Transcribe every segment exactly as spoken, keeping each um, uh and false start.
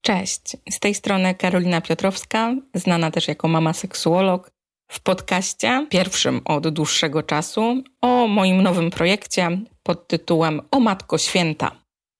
Cześć, z tej strony Karolina Piotrowska, znana też jako mama seksuolog, w podcaście, pierwszym od dłuższego czasu, o moim nowym projekcie pod tytułem O Matko Święta.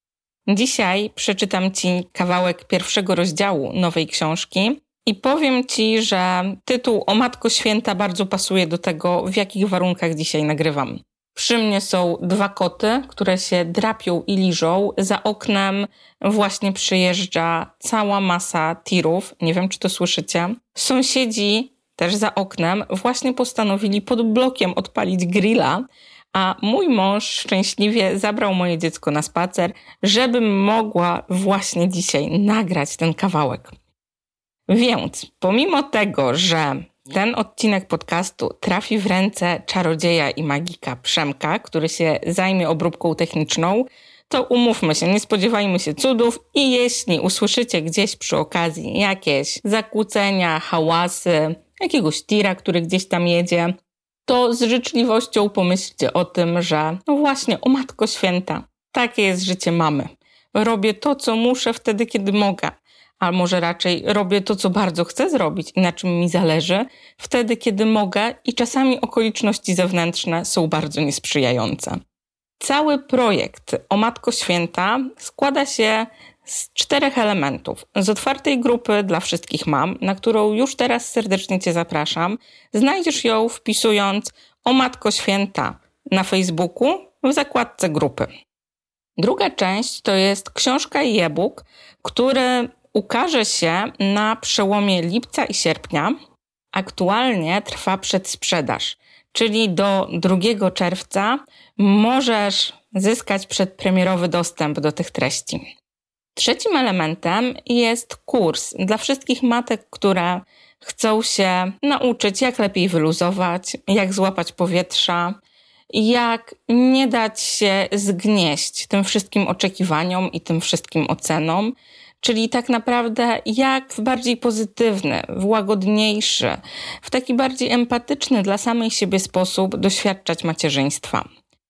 Dzisiaj przeczytam Ci kawałek pierwszego rozdziału nowej książki i powiem Ci, że tytuł O Matko Święta bardzo pasuje do tego, w jakich warunkach dzisiaj nagrywam. Przy mnie są dwa koty, które się drapią i liżą. Za oknem właśnie przyjeżdża cała masa tirów. Nie wiem, czy to słyszycie. Sąsiedzi też za oknem właśnie postanowili pod blokiem odpalić grilla, a mój mąż szczęśliwie zabrał moje dziecko na spacer, żebym mogła właśnie dzisiaj nagrać ten kawałek. Więc pomimo tego, że ten odcinek podcastu trafi w ręce czarodzieja i magika Przemka, który się zajmie obróbką techniczną, to umówmy się, nie spodziewajmy się cudów i jeśli usłyszycie gdzieś przy okazji jakieś zakłócenia, hałasy, jakiegoś tira, który gdzieś tam jedzie, to z życzliwością pomyślcie o tym, że no właśnie, o Matko Święta, takie jest życie mamy. Robię to, co muszę wtedy, kiedy mogę. A może raczej robię to, co bardzo chcę zrobić i na czym mi zależy, wtedy, kiedy mogę i czasami okoliczności zewnętrzne są bardzo niesprzyjające. Cały projekt O Matko Święta składa się z czterech elementów. Z otwartej grupy dla wszystkich mam, na którą już teraz serdecznie Cię zapraszam. Znajdziesz ją wpisując O Matko Święta na Facebooku w zakładce grupy. Druga część to jest książka i e-book, który ukaże się na przełomie lipca i sierpnia. Aktualnie trwa przedsprzedaż, czyli do drugiego czerwca możesz zyskać przedpremierowy dostęp do tych treści. Trzecim elementem jest kurs dla wszystkich matek, które chcą się nauczyć, jak lepiej wyluzować, jak złapać powietrza, jak nie dać się zgnieść tym wszystkim oczekiwaniom i tym wszystkim ocenom, czyli tak naprawdę jak w bardziej pozytywny, w łagodniejszy, w taki bardziej empatyczny dla samej siebie sposób doświadczać macierzyństwa.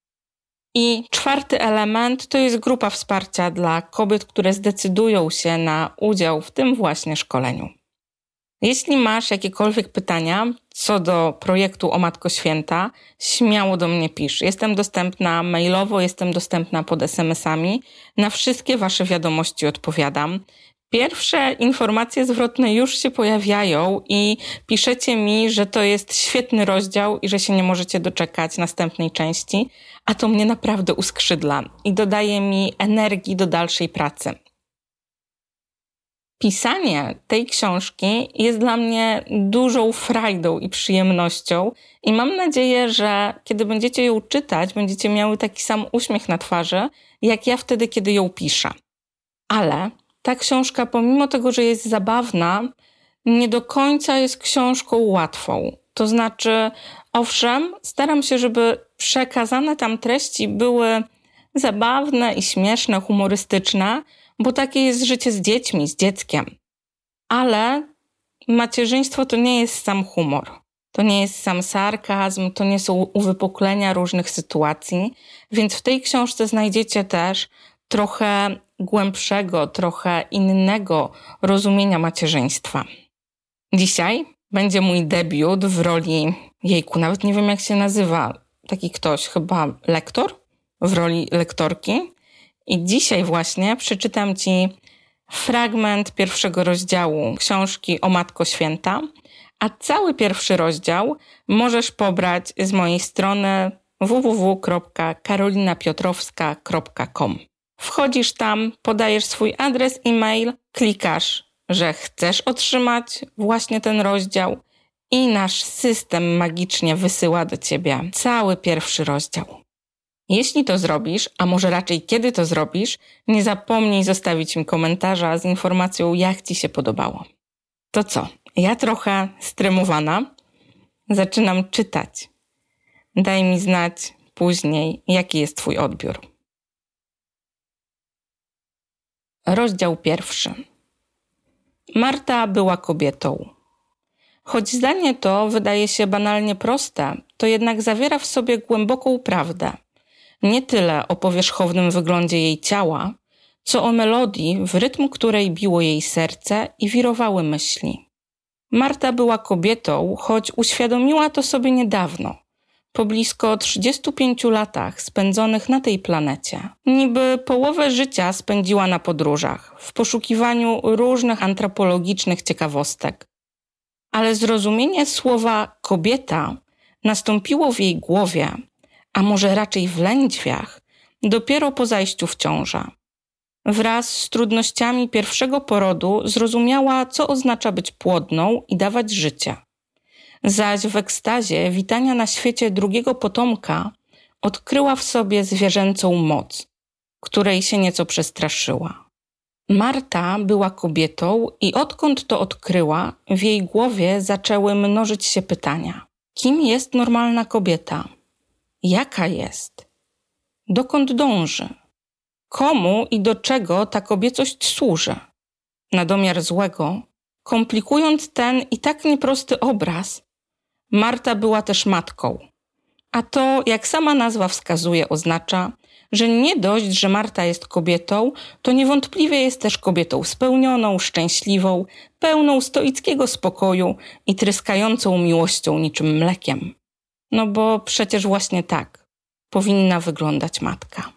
I czwarty element to jest grupa wsparcia dla kobiet, które zdecydują się na udział w tym właśnie szkoleniu. Jeśli masz jakiekolwiek pytania co do projektu O Matko Święta, śmiało do mnie pisz. Jestem dostępna mailowo, jestem dostępna pod es em esami. Na wszystkie Wasze wiadomości odpowiadam. Pierwsze informacje zwrotne już się pojawiają i piszecie mi, że to jest świetny rozdział i że się nie możecie doczekać następnej części, a to mnie naprawdę uskrzydla i dodaje mi energii do dalszej pracy. Pisanie tej książki jest dla mnie dużą frajdą i przyjemnością i mam nadzieję, że kiedy będziecie ją czytać, będziecie miały taki sam uśmiech na twarzy, jak ja wtedy, kiedy ją piszę. Ale ta książka, pomimo tego, że jest zabawna, nie do końca jest książką łatwą. To znaczy, owszem, staram się, żeby przekazane tam treści były zabawne i śmieszne, humorystyczne, bo takie jest życie z dziećmi, z dzieckiem. Ale macierzyństwo to nie jest sam humor. To nie jest sam sarkazm, to nie są uwypuklenia różnych sytuacji, więc w tej książce znajdziecie też trochę głębszego, trochę innego rozumienia macierzyństwa. Dzisiaj będzie mój debiut w roli, jejku, nawet nie wiem jak się nazywa, taki ktoś, chyba lektor, w roli lektorki. I dzisiaj właśnie przeczytam Ci fragment pierwszego rozdziału książki O Matko Święta, a cały pierwszy rozdział możesz pobrać z mojej strony w w w kropka karolina piotrowska kropka com. Wchodzisz tam, podajesz swój adres e-mail, klikasz, że chcesz otrzymać właśnie ten rozdział i nasz system magicznie wysyła do Ciebie cały pierwszy rozdział. Jeśli to zrobisz, a może raczej kiedy to zrobisz, nie zapomnij zostawić mi komentarza z informacją, jak Ci się podobało. To co? Ja trochę stremowana zaczynam czytać. Daj mi znać później, jaki jest Twój odbiór. Rozdział pierwszy. Marta była kobietą. Choć zdanie to wydaje się banalnie proste, to jednak zawiera w sobie głęboką prawdę. Nie tyle o powierzchownym wyglądzie jej ciała, co o melodii, w rytm której biło jej serce i wirowały myśli. Marta była kobietą, choć uświadomiła to sobie niedawno, po blisko trzydziestu pięciu latach spędzonych na tej planecie. Niby połowę życia spędziła na podróżach, w poszukiwaniu różnych antropologicznych ciekawostek. Ale zrozumienie słowa kobieta nastąpiło w jej głowie, a może raczej w lędźwiach, dopiero po zajściu w ciążę. Wraz z trudnościami pierwszego porodu zrozumiała, co oznacza być płodną i dawać życie. Zaś w ekstazie witania na świecie drugiego potomka odkryła w sobie zwierzęcą moc, której się nieco przestraszyła. Marta była kobietą i odkąd to odkryła, w jej głowie zaczęły mnożyć się pytania. Kim jest normalna kobieta? Jaka jest? Dokąd dąży? Komu i do czego ta kobiecość służy? Na domiar złego, komplikując ten i tak nieprosty obraz, Marta była też matką. A to, jak sama nazwa wskazuje, oznacza, że nie dość, że Marta jest kobietą, to niewątpliwie jest też kobietą spełnioną, szczęśliwą, pełną stoickiego spokoju i tryskającą miłością niczym mlekiem. No bo przecież właśnie tak powinna wyglądać matka.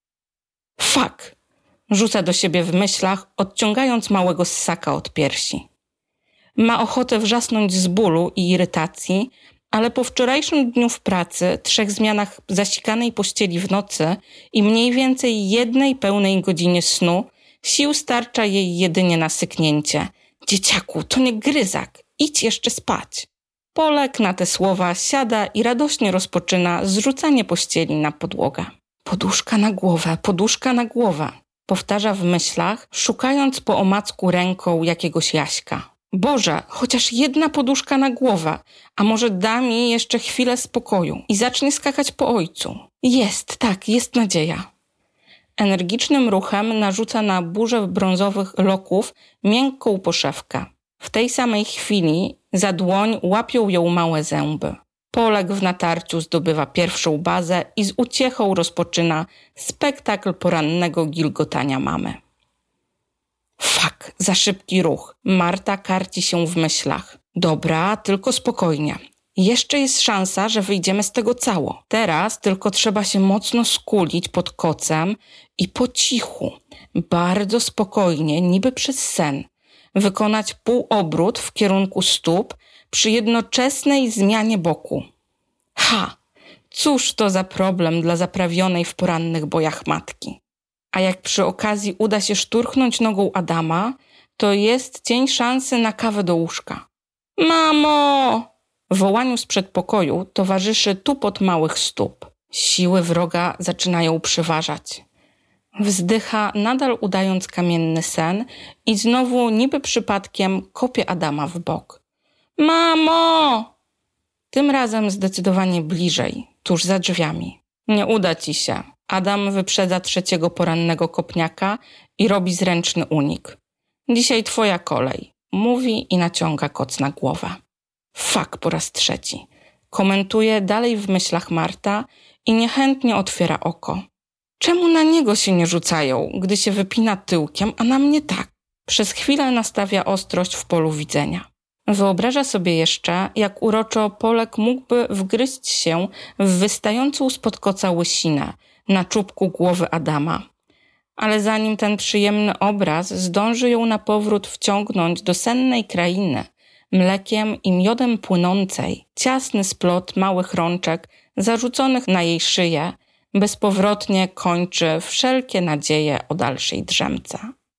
Fuck! Rzuca do siebie w myślach, odciągając małego ssaka od piersi. Ma ochotę wrzasnąć z bólu i irytacji, ale po wczorajszym dniu w pracy, trzech zmianach zasikanej pościeli w nocy i mniej więcej jednej pełnej godzinie snu, sił starcza jej jedynie na syknięcie. Dzieciaku, to nie gryzak, idź jeszcze spać. Polek na te słowa siada i radośnie rozpoczyna zrzucanie pościeli na podłogę. Poduszka na głowę, poduszka na głowę. Powtarza w myślach, szukając po omacku ręką jakiegoś Jaśka. Boże, chociaż jedna poduszka na głowę, a może da mi jeszcze chwilę spokoju i zacznie skakać po ojcu. Jest, tak, jest nadzieja. Energicznym ruchem narzuca na burzę brązowych loków miękką poszewkę. W tej samej chwili za dłoń łapią ją małe zęby. Polek w natarciu zdobywa pierwszą bazę i z uciechą rozpoczyna spektakl porannego gilgotania mamy. Fuck, za szybki ruch. Marta karci się w myślach. Dobra, tylko spokojnie. Jeszcze jest szansa, że wyjdziemy z tego cało. Teraz tylko trzeba się mocno skulić pod kocem i po cichu, bardzo spokojnie, niby przez sen, wykonać półobrót w kierunku stóp przy jednoczesnej zmianie boku. Ha! Cóż to za problem dla zaprawionej w porannych bojach matki. A jak przy okazji uda się szturchnąć nogą Adama, to jest cień szansy na kawę do łóżka. Mamo! Wołaniu z przedpokoju towarzyszy tupot małych stóp. Siły wroga zaczynają przeważać. Wzdycha, nadal udając kamienny sen i znowu niby przypadkiem kopie Adama w bok. Mamo! Tym razem zdecydowanie bliżej, tuż za drzwiami. Nie uda ci się. Adam wyprzedza trzeciego porannego kopniaka i robi zręczny unik. Dzisiaj twoja kolej. Mówi i naciąga koc na głowę. Fuck po raz trzeci. Komentuje dalej w myślach Marta i niechętnie otwiera oko. Czemu na niego się nie rzucają, gdy się wypina tyłkiem, a na mnie tak? Przez chwilę nastawia ostrość w polu widzenia. Wyobraża sobie jeszcze, jak uroczo Polek mógłby wgryźć się w wystającą spod koca łysinę na czubku głowy Adama. Ale zanim ten przyjemny obraz zdąży ją na powrót wciągnąć do sennej krainy, mlekiem i miodem płynącej, ciasny splot małych rączek zarzuconych na jej szyję bezpowrotnie kończy wszelkie nadzieje o dalszej drzemce.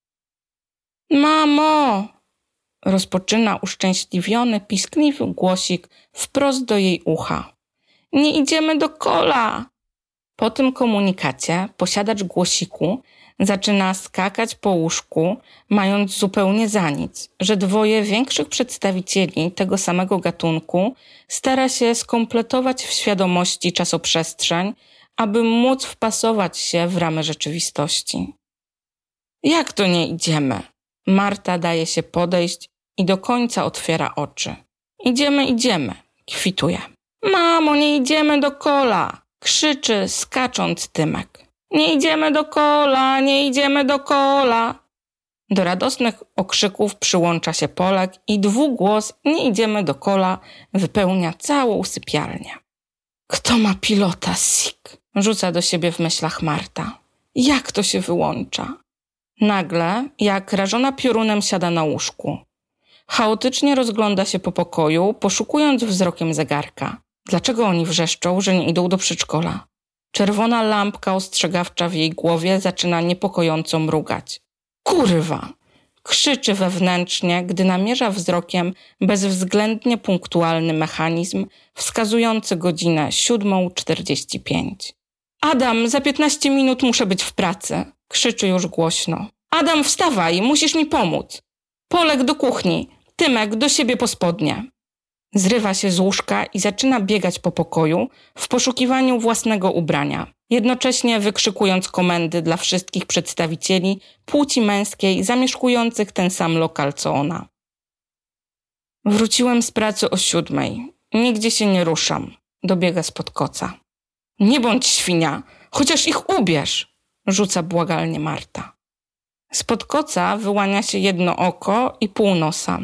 Mamo! Rozpoczyna uszczęśliwiony, piskliwy głosik wprost do jej ucha. Nie idziemy do kola! Po tym komunikacie posiadacz głosiku zaczyna skakać po łóżku, mając zupełnie za nic, że dwoje większych przedstawicieli tego samego gatunku stara się skompletować w świadomości czasoprzestrzeń, aby móc wpasować się w ramy rzeczywistości. Jak to nie idziemy? Marta daje się podejść i do końca otwiera oczy. Idziemy, idziemy, kwituje. Mamo, nie idziemy do kola! Krzyczy, skacząc Tymek. Nie idziemy do kola, nie idziemy do kola. Do radosnych okrzyków przyłącza się Polek i dwugłos nie idziemy do kola wypełnia całą sypialnię. Kto ma pilota, sik? Rzuca do siebie w myślach Marta. Jak to się wyłącza? Nagle, jak rażona piorunem siada na łóżku. Chaotycznie rozgląda się po pokoju, poszukując wzrokiem zegarka. Dlaczego oni wrzeszczą, że nie idą do przedszkola? Czerwona lampka ostrzegawcza w jej głowie zaczyna niepokojąco mrugać. Kurwa! Krzyczy wewnętrznie, gdy namierza wzrokiem bezwzględnie punktualny mechanizm wskazujący godzinę siódmą czterdzieści pięć. Adam, za piętnaście minut muszę być w pracy. Krzyczy już głośno. Adam, wstawaj, musisz mi pomóc. Polek do kuchni, Tymek do siebie po spodnie. Zrywa się z łóżka i zaczyna biegać po pokoju w poszukiwaniu własnego ubrania, jednocześnie wykrzykując komendy dla wszystkich przedstawicieli płci męskiej zamieszkujących ten sam lokal co ona. Wróciłem z pracy o siódmej. Nigdzie się nie ruszam. Dobiega spod koca. Nie bądź świnia, chociaż ich ubierz, rzuca błagalnie Marta. Spod koca wyłania się jedno oko i pół nosa.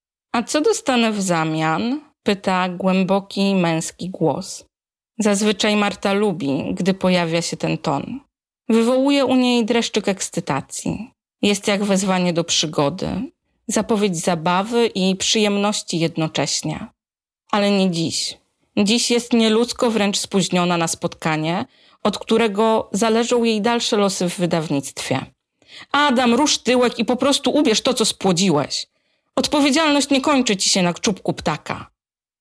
A co dostanę w zamian? Pyta głęboki męski głos. Zazwyczaj Marta lubi, gdy pojawia się ten ton. Wywołuje u niej dreszczyk ekscytacji. Jest jak wezwanie do przygody, zapowiedź zabawy i przyjemności jednocześnie. Ale nie dziś. Dziś jest nieludzko wręcz spóźniona na spotkanie, od którego zależą jej dalsze losy w wydawnictwie. Adam, rusz tyłek i po prostu ubierz to, co spłodziłeś. Odpowiedzialność nie kończy ci się na czubku ptaka.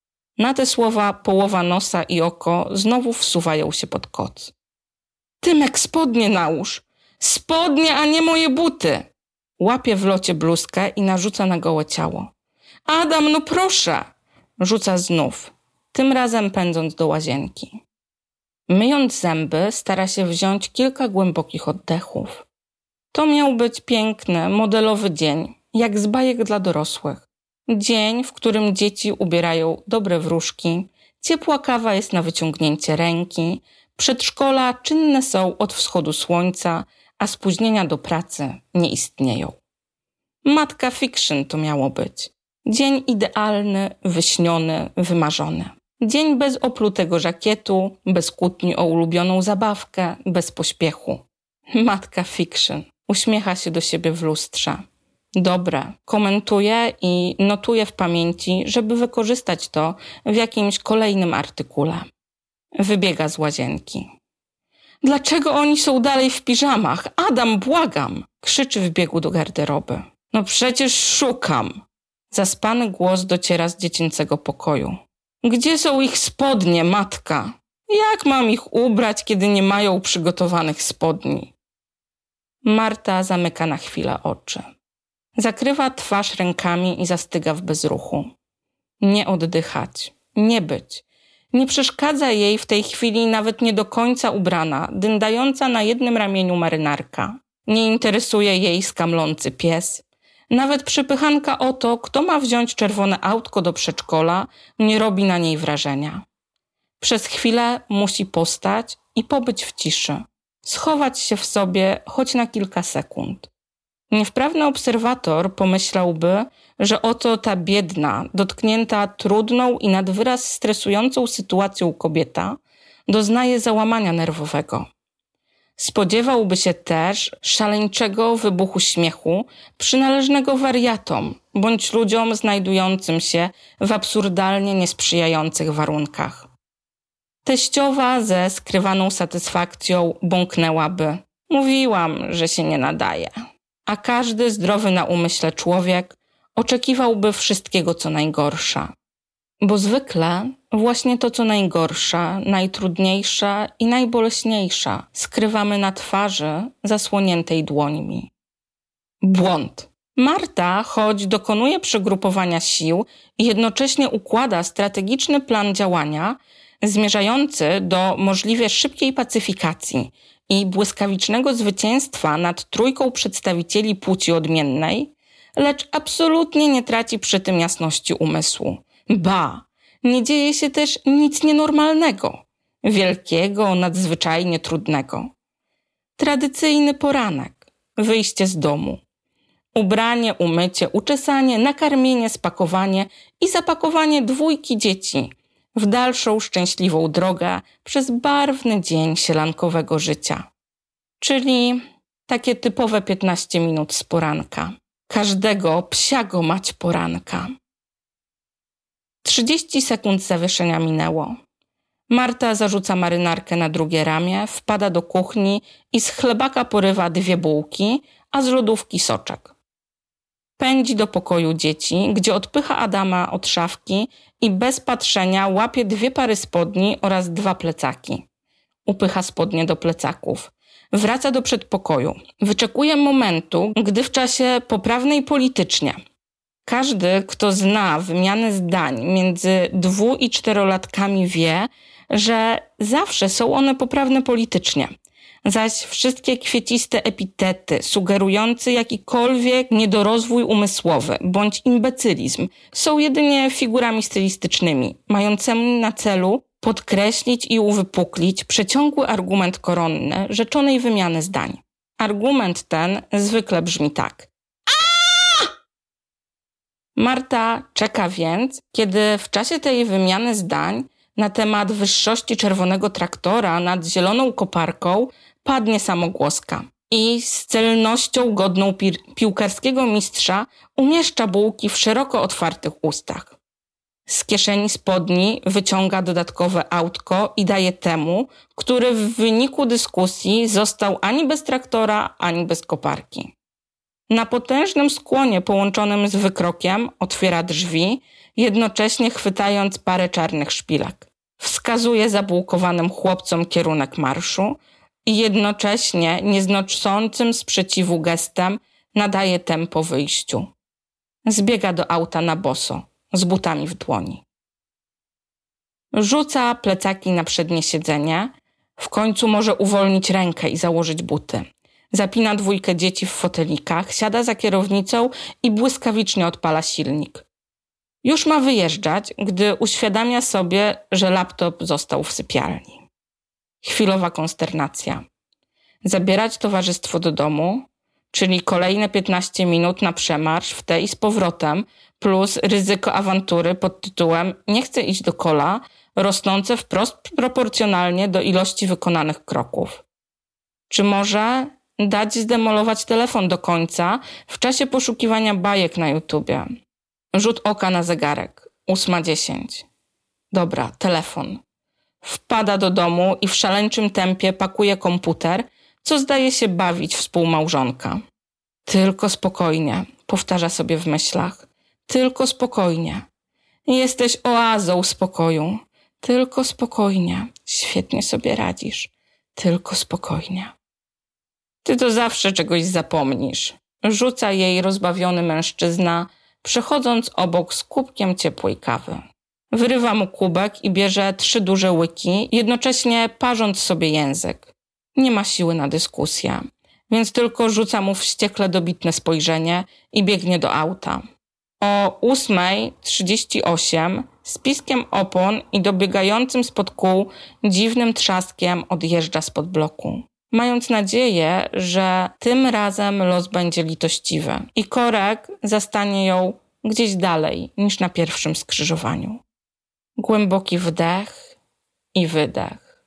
Na te słowa połowa nosa i oko znowu wsuwają się pod koc. Tymek, spodnie nałóż. Spodnie, a nie moje buty. Łapie w locie bluzkę i narzuca na gołe ciało. Adam, no proszę. Rzuca znów, tym razem pędząc do łazienki. Myjąc zęby, stara się wziąć kilka głębokich oddechów. To miał być piękny, modelowy dzień, jak z bajek dla dorosłych. Dzień, w którym dzieci ubierają dobre wróżki, ciepła kawa jest na wyciągnięcie ręki, przedszkola czynne są od wschodu słońca, a spóźnienia do pracy nie istnieją. Matka fiction to miało być. Dzień idealny, wyśniony, wymarzony. Dzień bez oplutego żakietu, bez kłótni o ulubioną zabawkę, bez pośpiechu. Matka fiction. Uśmiecha się do siebie w lustrze. Dobre. Komentuje i notuje w pamięci, żeby wykorzystać to w jakimś kolejnym artykule. Wybiega z łazienki. Dlaczego oni są dalej w piżamach? Adam, błagam! Krzyczy w biegu do garderoby. No przecież szukam. Zaspany głos dociera z dziecięcego pokoju. Gdzie są ich spodnie, matka? Jak mam ich ubrać, kiedy nie mają przygotowanych spodni? Marta zamyka na chwilę oczy. Zakrywa twarz rękami i zastyga w bezruchu. Nie oddychać, nie być. Nie przeszkadza jej w tej chwili nawet nie do końca ubrana, dyndająca na jednym ramieniu marynarka. Nie interesuje jej skamlący pies. Nawet przypychanka o to, kto ma wziąć czerwone autko do przedszkola, nie robi na niej wrażenia. Przez chwilę musi postać i pobyć w ciszy. Schować się w sobie choć na kilka sekund. Niewprawny obserwator pomyślałby, że oto ta biedna, dotknięta trudną i nad wyraz stresującą sytuacją kobieta doznaje załamania nerwowego. Spodziewałby się też szaleńczego wybuchu śmiechu przynależnego wariatom bądź ludziom znajdującym się w absurdalnie niesprzyjających warunkach. Teściowa ze skrywaną satysfakcją bąknęłaby: mówiłam, że się nie nadaje. A każdy zdrowy na umyśle człowiek oczekiwałby wszystkiego, co najgorsze. Bo zwykle właśnie to, co najgorsze, najtrudniejsze i najboleśniejsze skrywamy na twarzy zasłoniętej dłońmi. Błąd. Marta, choć dokonuje przegrupowania sił i jednocześnie układa strategiczny plan działania zmierzający do możliwie szybkiej pacyfikacji i błyskawicznego zwycięstwa nad trójką przedstawicieli płci odmiennej, lecz absolutnie nie traci przy tym jasności umysłu. Ba, nie dzieje się też nic nienormalnego, wielkiego, nadzwyczajnie trudnego. Tradycyjny poranek. Wyjście z domu. Ubranie, umycie, uczesanie, nakarmienie, spakowanie i zapakowanie dwójki dzieci w dalszą szczęśliwą drogę przez barwny dzień sielankowego życia. Czyli takie typowe piętnaście minut z poranka. Każdego psiago mać poranka. trzydzieści sekund zawieszenia minęło. Marta zarzuca marynarkę na drugie ramię, wpada do kuchni i z chlebaka porywa dwie bułki, a z lodówki soczek. Pędzi do pokoju dzieci, gdzie odpycha Adama od szafki i bez patrzenia łapie dwie pary spodni oraz dwa plecaki. Upycha spodnie do plecaków. Wraca do przedpokoju. Wyczekuje momentu, gdy w czasie poprawnej politycznie. Każdy, kto zna wymianę zdań między dwu- i czterolatkami wie, że zawsze są one poprawne politycznie. Zaś wszystkie kwieciste epitety sugerujące jakikolwiek niedorozwój umysłowy bądź imbecylizm są jedynie figurami stylistycznymi, mającymi na celu podkreślić i uwypuklić przeciągły argument koronny rzeczonej wymiany zdań. Argument ten zwykle brzmi tak. Marta czeka więc, kiedy w czasie tej wymiany zdań na temat wyższości czerwonego traktora nad zieloną koparką padnie samogłoska i z celnością godną pi- piłkarskiego mistrza umieszcza bułki w szeroko otwartych ustach. Z kieszeni spodni wyciąga dodatkowe autko i daje temu, który w wyniku dyskusji został ani bez traktora, ani bez koparki. Na potężnym skłonie połączonym z wykrokiem otwiera drzwi, jednocześnie chwytając parę czarnych szpilek. Wskazuje zabułkowanym chłopcom kierunek marszu i jednocześnie nieznoszącym sprzeciwu gestem nadaje tempo wyjściu. Zbiega do auta na boso, z butami w dłoni. Rzuca plecaki na przednie siedzenie, w końcu może uwolnić rękę i założyć buty. Zapina dwójkę dzieci w fotelikach, siada za kierownicą i błyskawicznie odpala silnik. Już ma wyjeżdżać, gdy uświadamia sobie, że laptop został w sypialni. Chwilowa konsternacja. Zabierać towarzystwo do domu, czyli kolejne piętnaście minut na przemarsz w te i z powrotem, plus ryzyko awantury pod tytułem „Nie chcę iść do kola”, rosnące wprost proporcjonalnie do ilości wykonanych kroków. Czy może dać zdemolować telefon do końca w czasie poszukiwania bajek na YouTubie? Rzut oka na zegarek. ósma dziesięć. Dobra, telefon. Wpada do domu i w szaleńczym tempie pakuje komputer, co zdaje się bawić współmałżonka. Tylko spokojnie, powtarza sobie w myślach. Tylko spokojnie. Jesteś oazą spokoju. Tylko spokojnie. Świetnie sobie radzisz. Tylko spokojnie. Ty to zawsze czegoś zapomnisz. Rzuca jej rozbawiony mężczyzna, przechodząc obok z kubkiem ciepłej kawy. Wyrywa mu kubek i bierze trzy duże łyki, jednocześnie parząc sobie język. Nie ma siły na dyskusję, więc tylko rzuca mu wściekle dobitne spojrzenie i biegnie do auta. O ósma trzydzieści osiem z piskiem opon i dobiegającym spod kół dziwnym trzaskiem odjeżdża spod bloku, mając nadzieję, że tym razem los będzie litościwy i korek zastanie ją gdzieś dalej niż na pierwszym skrzyżowaniu. Głęboki wdech i wydech.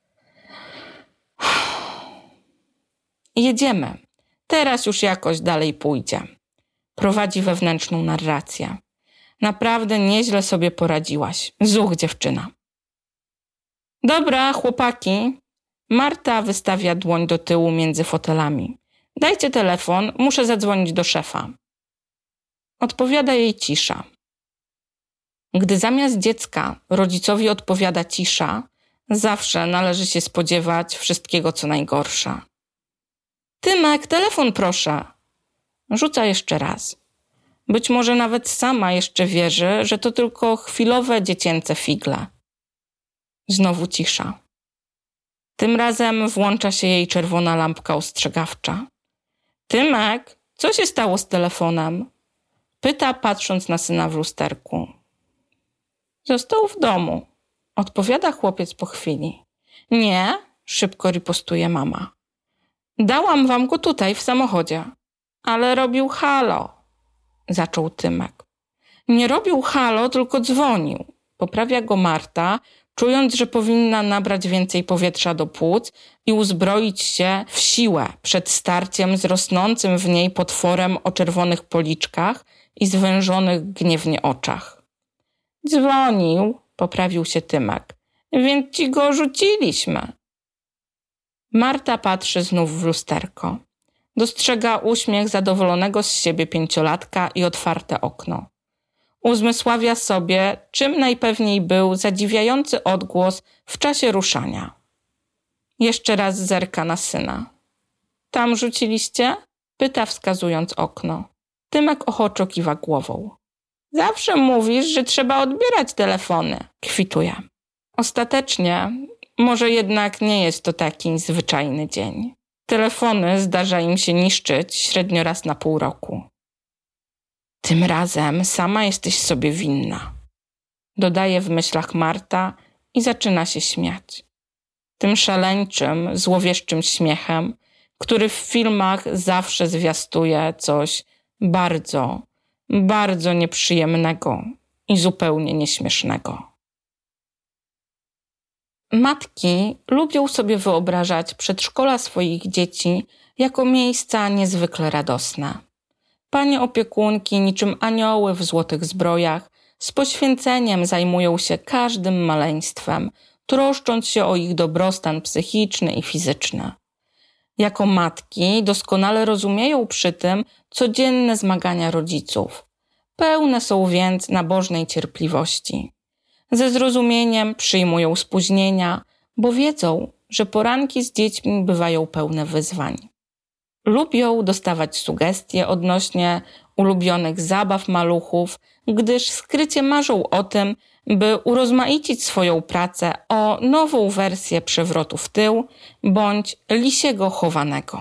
Jedziemy. Teraz już jakoś dalej pójdzie. Prowadzi wewnętrzną narrację. Naprawdę nieźle sobie poradziłaś. Zuch, dziewczyna. Dobra, chłopaki. Marta wystawia dłoń do tyłu między fotelami. Dajcie telefon, muszę zadzwonić do szefa. Odpowiada jej cisza. Gdy zamiast dziecka rodzicowi odpowiada cisza, zawsze należy się spodziewać wszystkiego, co najgorsze. Tymek, telefon proszę. Rzuca jeszcze raz. Być może nawet sama jeszcze wierzy, że to tylko chwilowe dziecięce figle. Znowu cisza. Tym razem włącza się jej czerwona lampka ostrzegawcza. Tymek, co się stało z telefonem? Pyta, patrząc na syna w lusterku. Został w domu. Odpowiada chłopiec po chwili. Nie, szybko ripostuje mama. Dałam wam go tutaj w samochodzie. Ale robił halo, zaczął Tymek. Nie robił halo, tylko dzwonił. Poprawia go Marta, czując, że powinna nabrać więcej powietrza do płuc i uzbroić się w siłę przed starciem z rosnącym w niej potworem o czerwonych policzkach i zwężonych gniewnie oczach. Dzwonił, poprawił się Tymek, więc ci go rzuciliśmy. Marta patrzy znów w lusterko. Dostrzega uśmiech zadowolonego z siebie pięciolatka i otwarte okno. Uzmysławia sobie, czym najpewniej był zadziwiający odgłos w czasie ruszania. Jeszcze raz zerka na syna. Tam rzuciliście? Pyta, wskazując okno. Tymek ochoczo kiwa głową. Zawsze mówisz, że trzeba odbierać telefony, kwituje. Ostatecznie, może jednak nie jest to taki zwyczajny dzień. Telefony zdarza im się niszczyć średnio raz na pół roku. Tym razem sama jesteś sobie winna, dodaje w myślach Marta i zaczyna się śmiać. Tym szaleńczym, złowieszczym śmiechem, który w filmach zawsze zwiastuje coś bardzo, bardzo nieprzyjemnego i zupełnie nieśmiesznego. Matki lubią sobie wyobrażać przedszkola swoich dzieci jako miejsca niezwykle radosne. Panie opiekunki, niczym anioły w złotych zbrojach, z poświęceniem zajmują się każdym maleństwem, troszcząc się o ich dobrostan psychiczny i fizyczny. Jako matki doskonale rozumieją przy tym codzienne zmagania rodziców. Pełne są więc nabożnej cierpliwości. Ze zrozumieniem przyjmują spóźnienia, bo wiedzą, że poranki z dziećmi bywają pełne wyzwań. Lubią dostawać sugestie odnośnie ulubionych zabaw maluchów, gdyż skrycie marzą o tym, by urozmaicić swoją pracę o nową wersję przewrotu w tył bądź lisiego chowanego.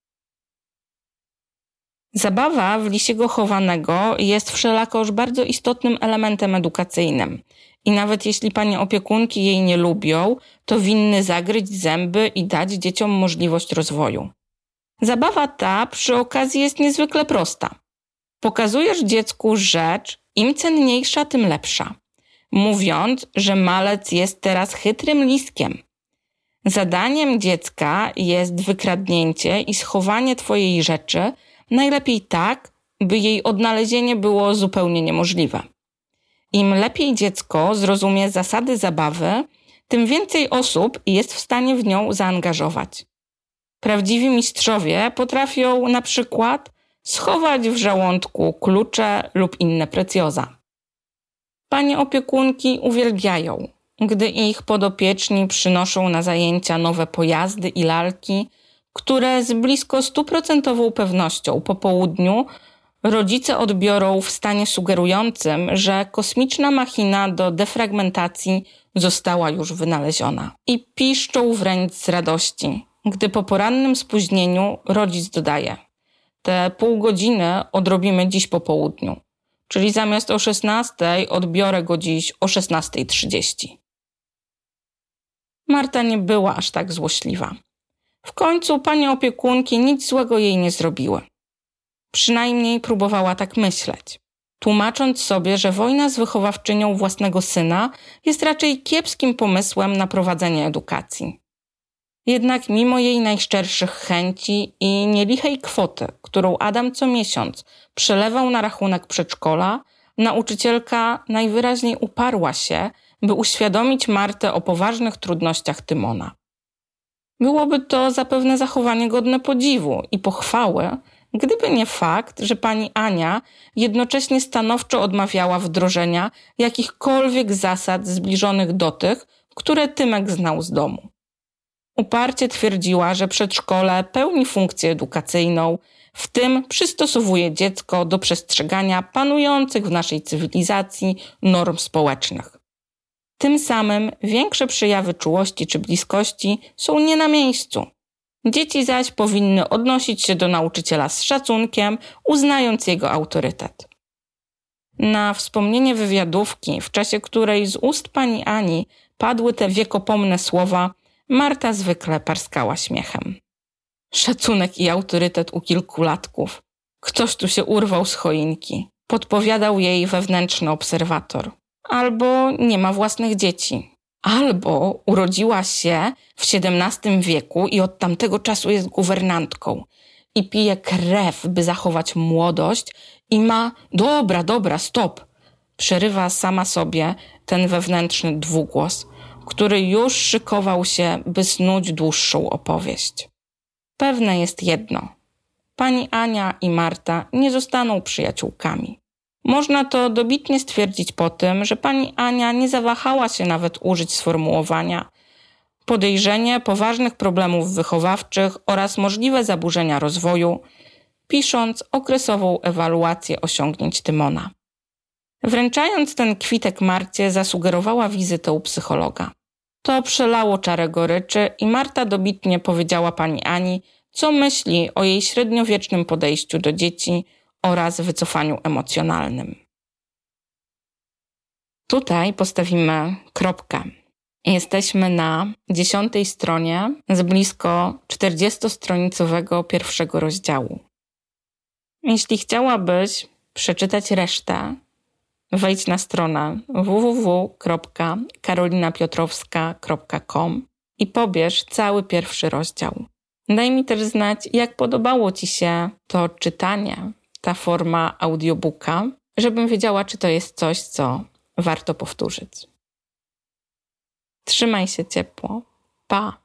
Zabawa w lisiego chowanego jest wszelakoż bardzo istotnym elementem edukacyjnym i nawet jeśli panie opiekunki jej nie lubią, to winny zagryźć zęby i dać dzieciom możliwość rozwoju. Zabawa ta przy okazji jest niezwykle prosta. Pokazujesz dziecku rzecz, im cenniejsza, tym lepsza, mówiąc, że malec jest teraz chytrym liskiem. Zadaniem dziecka jest wykradnięcie i schowanie twojej rzeczy, najlepiej tak, by jej odnalezienie było zupełnie niemożliwe. Im lepiej dziecko zrozumie zasady zabawy, tym więcej osób jest w stanie w nią zaangażować. Prawdziwi mistrzowie potrafią na przykład schować w żołądku klucze lub inne precjoza. Panie opiekunki uwielbiają, gdy ich podopieczni przynoszą na zajęcia nowe pojazdy i lalki, które z blisko stuprocentową pewnością po południu rodzice odbiorą w stanie sugerującym, że kosmiczna machina do defragmentacji została już wynaleziona. I piszczą wręcz z radości, gdy po porannym spóźnieniu rodzic dodaje: te pół godziny odrobimy dziś po południu, czyli zamiast o szesnastej odbiorę go dziś o szesnasta trzydzieści. Marta nie była aż tak złośliwa. W końcu panie opiekunki nic złego jej nie zrobiły. Przynajmniej próbowała tak myśleć, tłumacząc sobie, że wojna z wychowawczynią własnego syna jest raczej kiepskim pomysłem na prowadzenie edukacji. Jednak mimo jej najszczerszych chęci i nielichej kwoty, którą Adam co miesiąc przelewał na rachunek przedszkola, nauczycielka najwyraźniej uparła się, by uświadomić Martę o poważnych trudnościach Tymona. Byłoby to zapewne zachowanie godne podziwu i pochwały, gdyby nie fakt, że pani Ania jednocześnie stanowczo odmawiała wdrożenia jakichkolwiek zasad zbliżonych do tych, które Tymek znał z domu. Uparcie twierdziła, że przedszkole pełni funkcję edukacyjną, w tym przystosowuje dziecko do przestrzegania panujących w naszej cywilizacji norm społecznych. Tym samym większe przejawy czułości czy bliskości są nie na miejscu. Dzieci zaś powinny odnosić się do nauczyciela z szacunkiem, uznając jego autorytet. Na wspomnienie wywiadówki, w czasie której z ust pani Ani padły te wiekopomne słowa, Marta zwykle parskała śmiechem. Szacunek i autorytet u kilkulatków. Ktoś tu się urwał z choinki. Podpowiadał jej wewnętrzny obserwator. Albo nie ma własnych dzieci. Albo urodziła się w siedemnastym wieku i od tamtego czasu jest guwernantką. I pije krew, by zachować młodość i ma... Dobra, dobra, stop! Przerywa sama sobie ten wewnętrzny dwugłos, który już szykował się, by snuć dłuższą opowieść. Pewne jest jedno. Pani Ania i Marta nie zostaną przyjaciółkami. Można to dobitnie stwierdzić po tym, że pani Ania nie zawahała się nawet użyć sformułowania podejrzenie poważnych problemów wychowawczych oraz możliwe zaburzenia rozwoju, pisząc okresową ewaluację osiągnięć Tymona. Wręczając ten kwitek Marcie, zasugerowała wizytę u psychologa. To przelało czarę goryczy i Marta dobitnie powiedziała pani Ani, co myśli o jej średniowiecznym podejściu do dzieci oraz wycofaniu emocjonalnym. Tutaj postawimy kropkę. Jesteśmy na dziesiątej stronie z blisko czterdziestostronicowego pierwszego rozdziału. Jeśli chciałabyś przeczytać resztę, wejdź na stronę w w w kropka karolina piotrowska kropka com i pobierz cały pierwszy rozdział. Daj mi też znać, jak podobało Ci się to czytanie, ta forma audiobooka, żebym wiedziała, czy to jest coś, co warto powtórzyć. Trzymaj się ciepło. Pa!